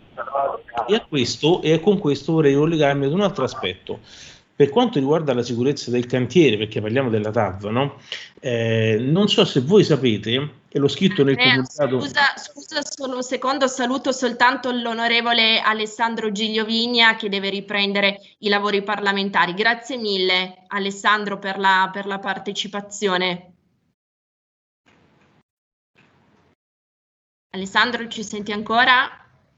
E con questo vorrei collegarmi ad un altro aspetto. Per quanto riguarda la sicurezza del cantiere, perché parliamo della TAV, no? Non so se voi sapete, e l'ho scritto nel comunicato. Scusa solo un secondo, saluto soltanto l'onorevole Alessandro Gigliovigna che deve riprendere i lavori parlamentari. Grazie mille Alessandro per la partecipazione. Alessandro, ci senti ancora?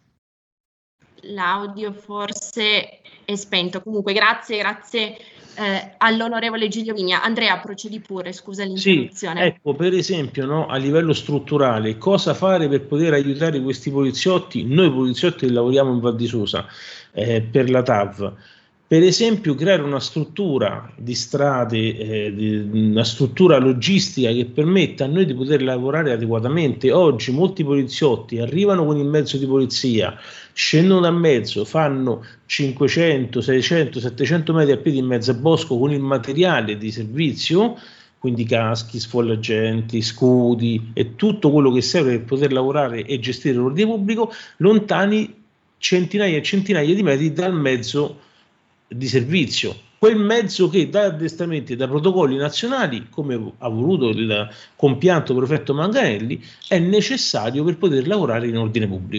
L'audio forse è spento. Comunque grazie all'onorevole Gigliovigna. Andrea, procedi pure, scusa l'interruzione. Sì, ecco, per esempio, no, a livello strutturale, cosa fare per poter aiutare questi poliziotti? Noi poliziotti che lavoriamo in Val di Susa per la TAV. Per esempio, creare una struttura di strade, una struttura logistica che permetta a noi di poter lavorare adeguatamente. Oggi molti poliziotti arrivano con il mezzo di polizia, scendono dal mezzo, fanno 500, 600, 700 metri a piedi in mezzo a bosco con il materiale di servizio, quindi caschi, sfollagenti, scudi e tutto quello che serve per poter lavorare e gestire l'ordine pubblico, lontani centinaia e centinaia di metri dal mezzo di servizio, quel mezzo che da addestramenti e da protocolli nazionali, come ha voluto il compianto prefetto Manganelli, è necessario per poter lavorare in ordine pubblico.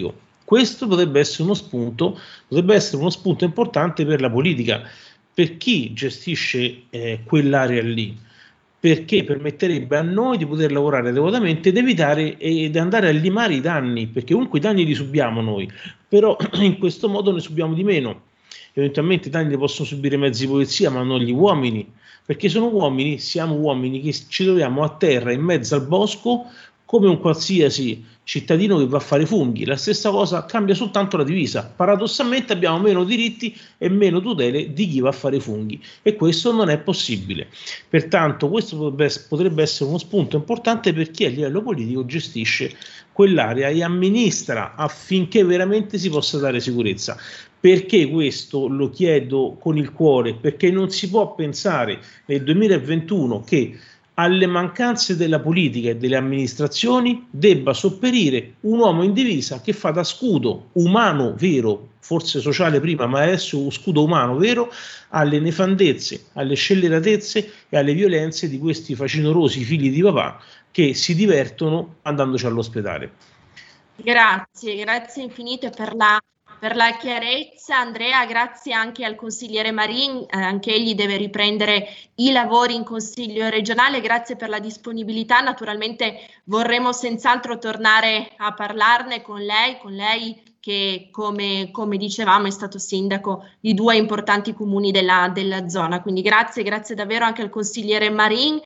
Questo potrebbe essere uno spunto importante per la politica, per chi gestisce quell'area lì, perché permetterebbe a noi di poter lavorare adeguatamente ed evitare ed andare a limare i danni, perché comunque i danni li subiamo noi, però in questo modo ne subiamo di meno. Eventualmente i danni li possono subire i mezzi di polizia, ma non gli uomini, perché siamo uomini che ci troviamo a terra in mezzo al bosco come un qualsiasi cittadino che va a fare funghi. La stessa cosa, cambia soltanto la divisa. Paradossalmente abbiamo meno diritti e meno tutele di chi va a fare funghi, e questo non è possibile. Pertanto questo potrebbe essere uno spunto importante per chi a livello politico gestisce quell'area e amministra affinché veramente si possa dare sicurezza. Perché questo lo chiedo con il cuore? Perché non si può pensare nel 2021 che alle mancanze della politica e delle amministrazioni debba sopperire un uomo in divisa che fa da scudo umano vero, forse sociale prima, ma adesso un scudo umano vero, alle nefandezze, alle scelleratezze e alle violenze di questi facinorosi figli di papà che si divertono andandoci all'ospedale. Grazie infinite per la chiarezza, Andrea. Grazie anche al consigliere Marin, anche egli deve riprendere i lavori in Consiglio regionale. Grazie per la disponibilità, naturalmente vorremmo senz'altro tornare a parlarne con lei che come dicevamo è stato sindaco di 2 importanti comuni della zona, quindi grazie davvero anche al consigliere Marin.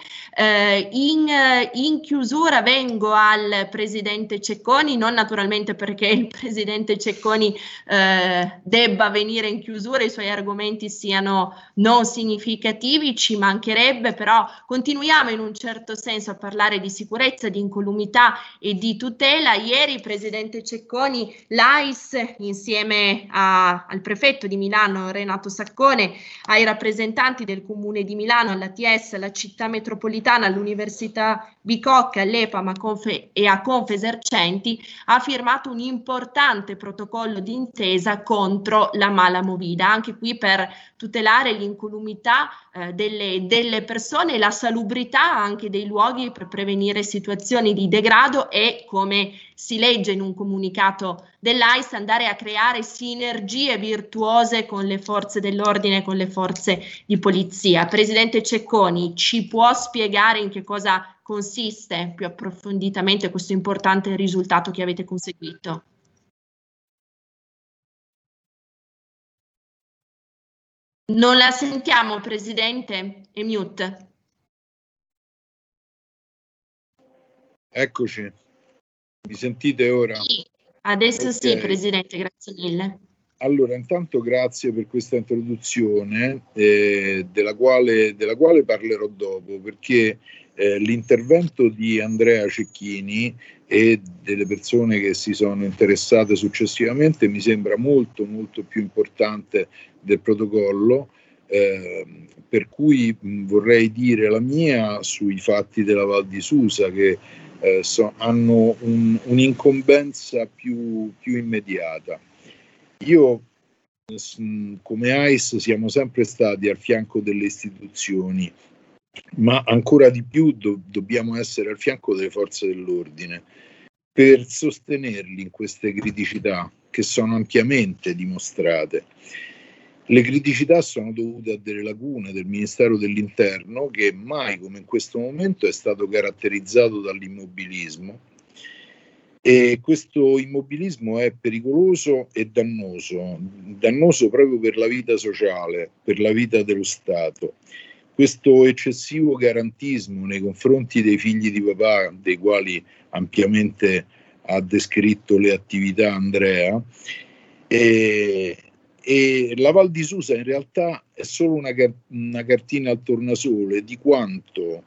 In chiusura vengo al presidente Cecconi, non naturalmente perché il presidente Cecconi debba venire in chiusura, i suoi argomenti siano non significativi, ci mancherebbe, però continuiamo in un certo senso a parlare di sicurezza, di incolumità e di tutela. Ieri, presidente Cecconi, l'AIS insieme al prefetto di Milano Renato Saccone, ai rappresentanti del Comune di Milano, all'ATS, alla città metropolitana, all'Università Bicocca, all'EPAM e a Confesercenti, ha firmato un importante protocollo d'intesa contro la mala movida, anche qui per tutelare l'incolumità delle persone e la salubrità anche dei luoghi, per prevenire situazioni di degrado e, come si legge in un comunicato dell'AIS, andare a creare sinergie virtuose con le forze dell'ordine, con le forze di polizia. Presidente Cecconi, ci può spiegare in che cosa consiste più approfonditamente questo importante risultato che avete conseguito? Non la sentiamo, Presidente, è mute. Eccoci, mi sentite ora? Sì, adesso sì, Presidente, grazie mille. Allora, intanto grazie per questa introduzione della quale parlerò dopo, perché l'intervento di Andrea Cecchini e delle persone che si sono interessate successivamente mi sembra molto più importante del protocollo, per cui vorrei dire la mia sui fatti della Val di Susa, che hanno un'incombenza più immediata. Io, come AIS, siamo sempre stati al fianco delle istituzioni, ma ancora di più dobbiamo essere al fianco delle forze dell'ordine per sostenerli in queste criticità che sono ampiamente dimostrate. Le criticità sono dovute a delle lacune del Ministero dell'Interno, che mai come in questo momento è stato caratterizzato dall'immobilismo, e questo immobilismo è pericoloso e dannoso proprio per la vita sociale, per la vita dello Stato. Questo eccessivo garantismo nei confronti dei figli di papà, dei quali ampiamente ha descritto le attività Andrea, e la Val di Susa in realtà è solo una cartina al tornasole di quanto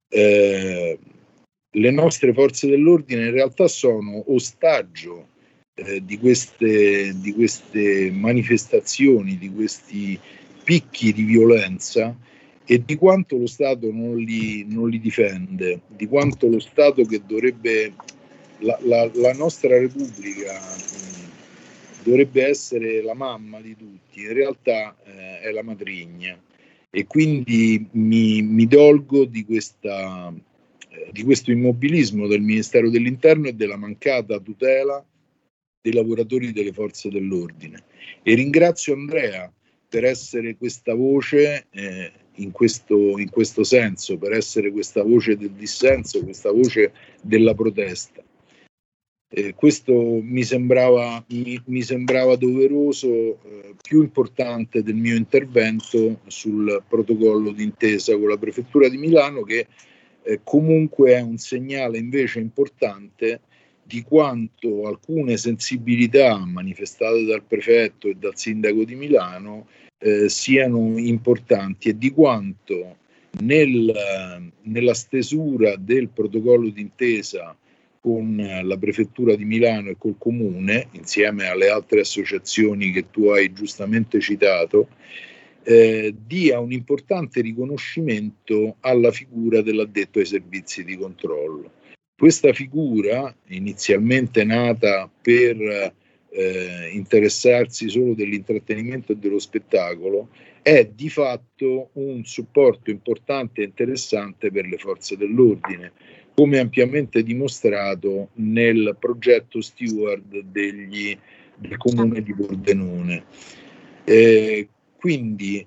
le nostre forze dell'ordine in realtà sono ostaggio di queste manifestazioni, di questi picchi di violenza, e di quanto lo Stato non li difende, di quanto lo Stato, che dovrebbe, la nostra Repubblica dovrebbe essere la mamma di tutti, in realtà è la matrigna, e quindi mi dolgo di questo immobilismo del Ministero dell'Interno e della mancata tutela dei lavoratori delle forze dell'ordine. E ringrazio Andrea per essere questa voce in questo senso, per essere questa voce del dissenso, questa voce della protesta. Questo mi sembrava doveroso, più importante del mio intervento sul protocollo d'intesa con la Prefettura di Milano, che comunque è un segnale invece importante di quanto alcune sensibilità manifestate dal prefetto e dal sindaco di Milano siano importanti, e di quanto nella stesura del protocollo d'intesa con la Prefettura di Milano e col Comune, insieme alle altre associazioni che tu hai giustamente citato, dia un importante riconoscimento alla figura dell'addetto ai servizi di controllo. Questa figura, inizialmente nata per interessarsi solo dell'intrattenimento e dello spettacolo, è di fatto un supporto importante e interessante per le forze dell'ordine, come ampiamente dimostrato nel progetto Steward del Comune di Pordenone. Quindi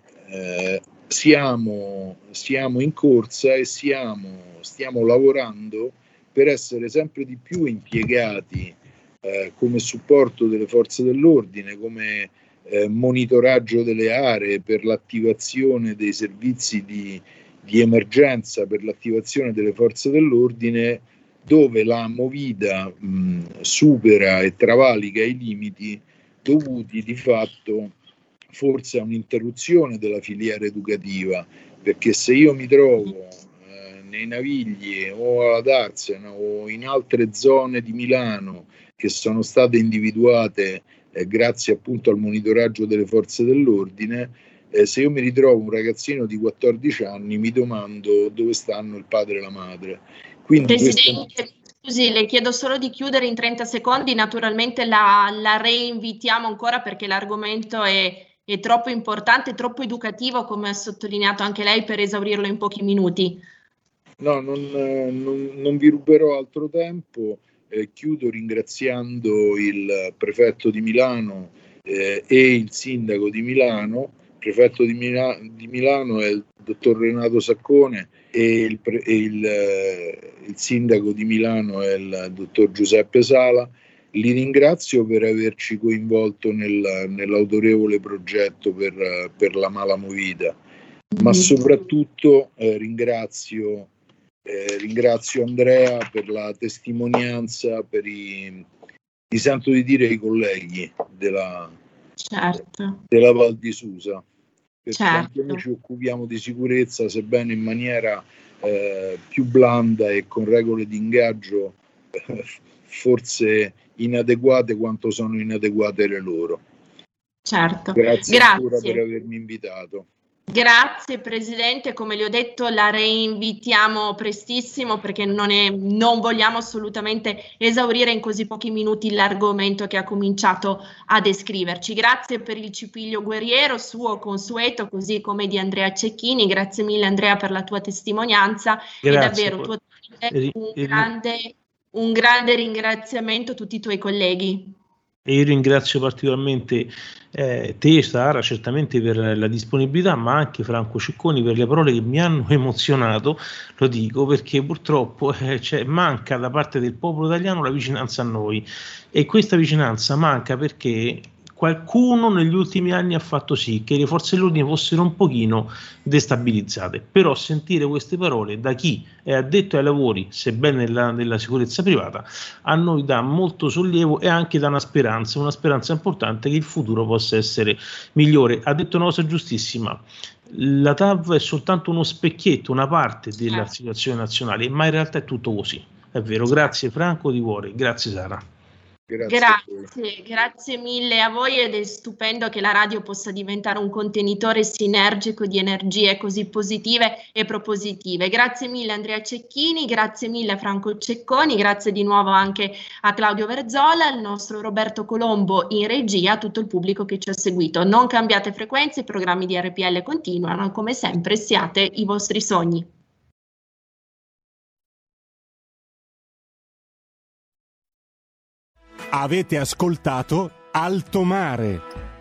siamo in corsa e stiamo lavorando per essere sempre di più impiegati come supporto delle forze dell'ordine, come monitoraggio delle aree, per l'attivazione dei servizi di emergenza, per l'attivazione delle forze dell'ordine, dove la movida supera e travalica i limiti dovuti di fatto forse a un'interruzione della filiera educativa, perché se io mi trovo nei Navigli o ad Arzena o in altre zone di Milano che sono state individuate grazie appunto al monitoraggio delle forze dell'ordine, se io mi ritrovo un ragazzino di 14 anni mi domando dove stanno il padre e la madre. Quindi Presidente, scusi, le chiedo solo di chiudere in 30 secondi, naturalmente la reinvitiamo ancora perché l'argomento è troppo importante, troppo educativo, come ha sottolineato anche lei, per esaurirlo in pochi minuti. No, non vi ruberò altro tempo. Chiudo ringraziando il prefetto di Milano e il sindaco di Milano. Il prefetto di Milano è il dottor Renato Saccone e il sindaco di Milano è il dottor Giuseppe Sala. Li ringrazio per averci coinvolto nell'autorevole progetto per la mala movida, ma soprattutto ringrazio Andrea per la testimonianza, mi sento di dire i colleghi della Val di Susa, perché anche noi ci occupiamo di sicurezza, sebbene in maniera più blanda e con regole di ingaggio forse inadeguate quanto sono inadeguate le loro. Grazie ancora per avermi invitato. Grazie Presidente, come le ho detto la reinvitiamo prestissimo perché non vogliamo assolutamente esaurire in così pochi minuti l'argomento che ha cominciato a descriverci. Grazie per il cipiglio guerriero suo consueto, così come di Andrea Cecchini. Grazie mille Andrea per la tua testimonianza. Grazie. E davvero un grande ringraziamento a tutti i tuoi colleghi. E io ringrazio particolarmente te, Sara, certamente per la disponibilità, ma anche Franco Cicconi per le parole che mi hanno emozionato. Lo dico perché purtroppo manca da parte del popolo italiano la vicinanza a noi, e questa vicinanza manca perché qualcuno negli ultimi anni ha fatto sì che le forze dell'ordine fossero un pochino destabilizzate, però sentire queste parole da chi è addetto ai lavori, sebbene nella sicurezza privata, a noi dà molto sollievo e anche dà una speranza importante che il futuro possa essere migliore. Ha detto una cosa giustissima: la TAV è soltanto uno specchietto, una parte della situazione nazionale, ma in realtà è tutto così, è vero. Grazie Franco di cuore, grazie Sara. Grazie mille a voi, ed è stupendo che la radio possa diventare un contenitore sinergico di energie così positive e propositive. Grazie mille Andrea Cecchini, grazie mille a Franco Cecconi, grazie di nuovo anche a Claudio Verzola, al nostro Roberto Colombo in regia, a tutto il pubblico che ci ha seguito. Non cambiate frequenze, i programmi di RPL continuano, come sempre siate i vostri sogni. Avete ascoltato Alto Mare.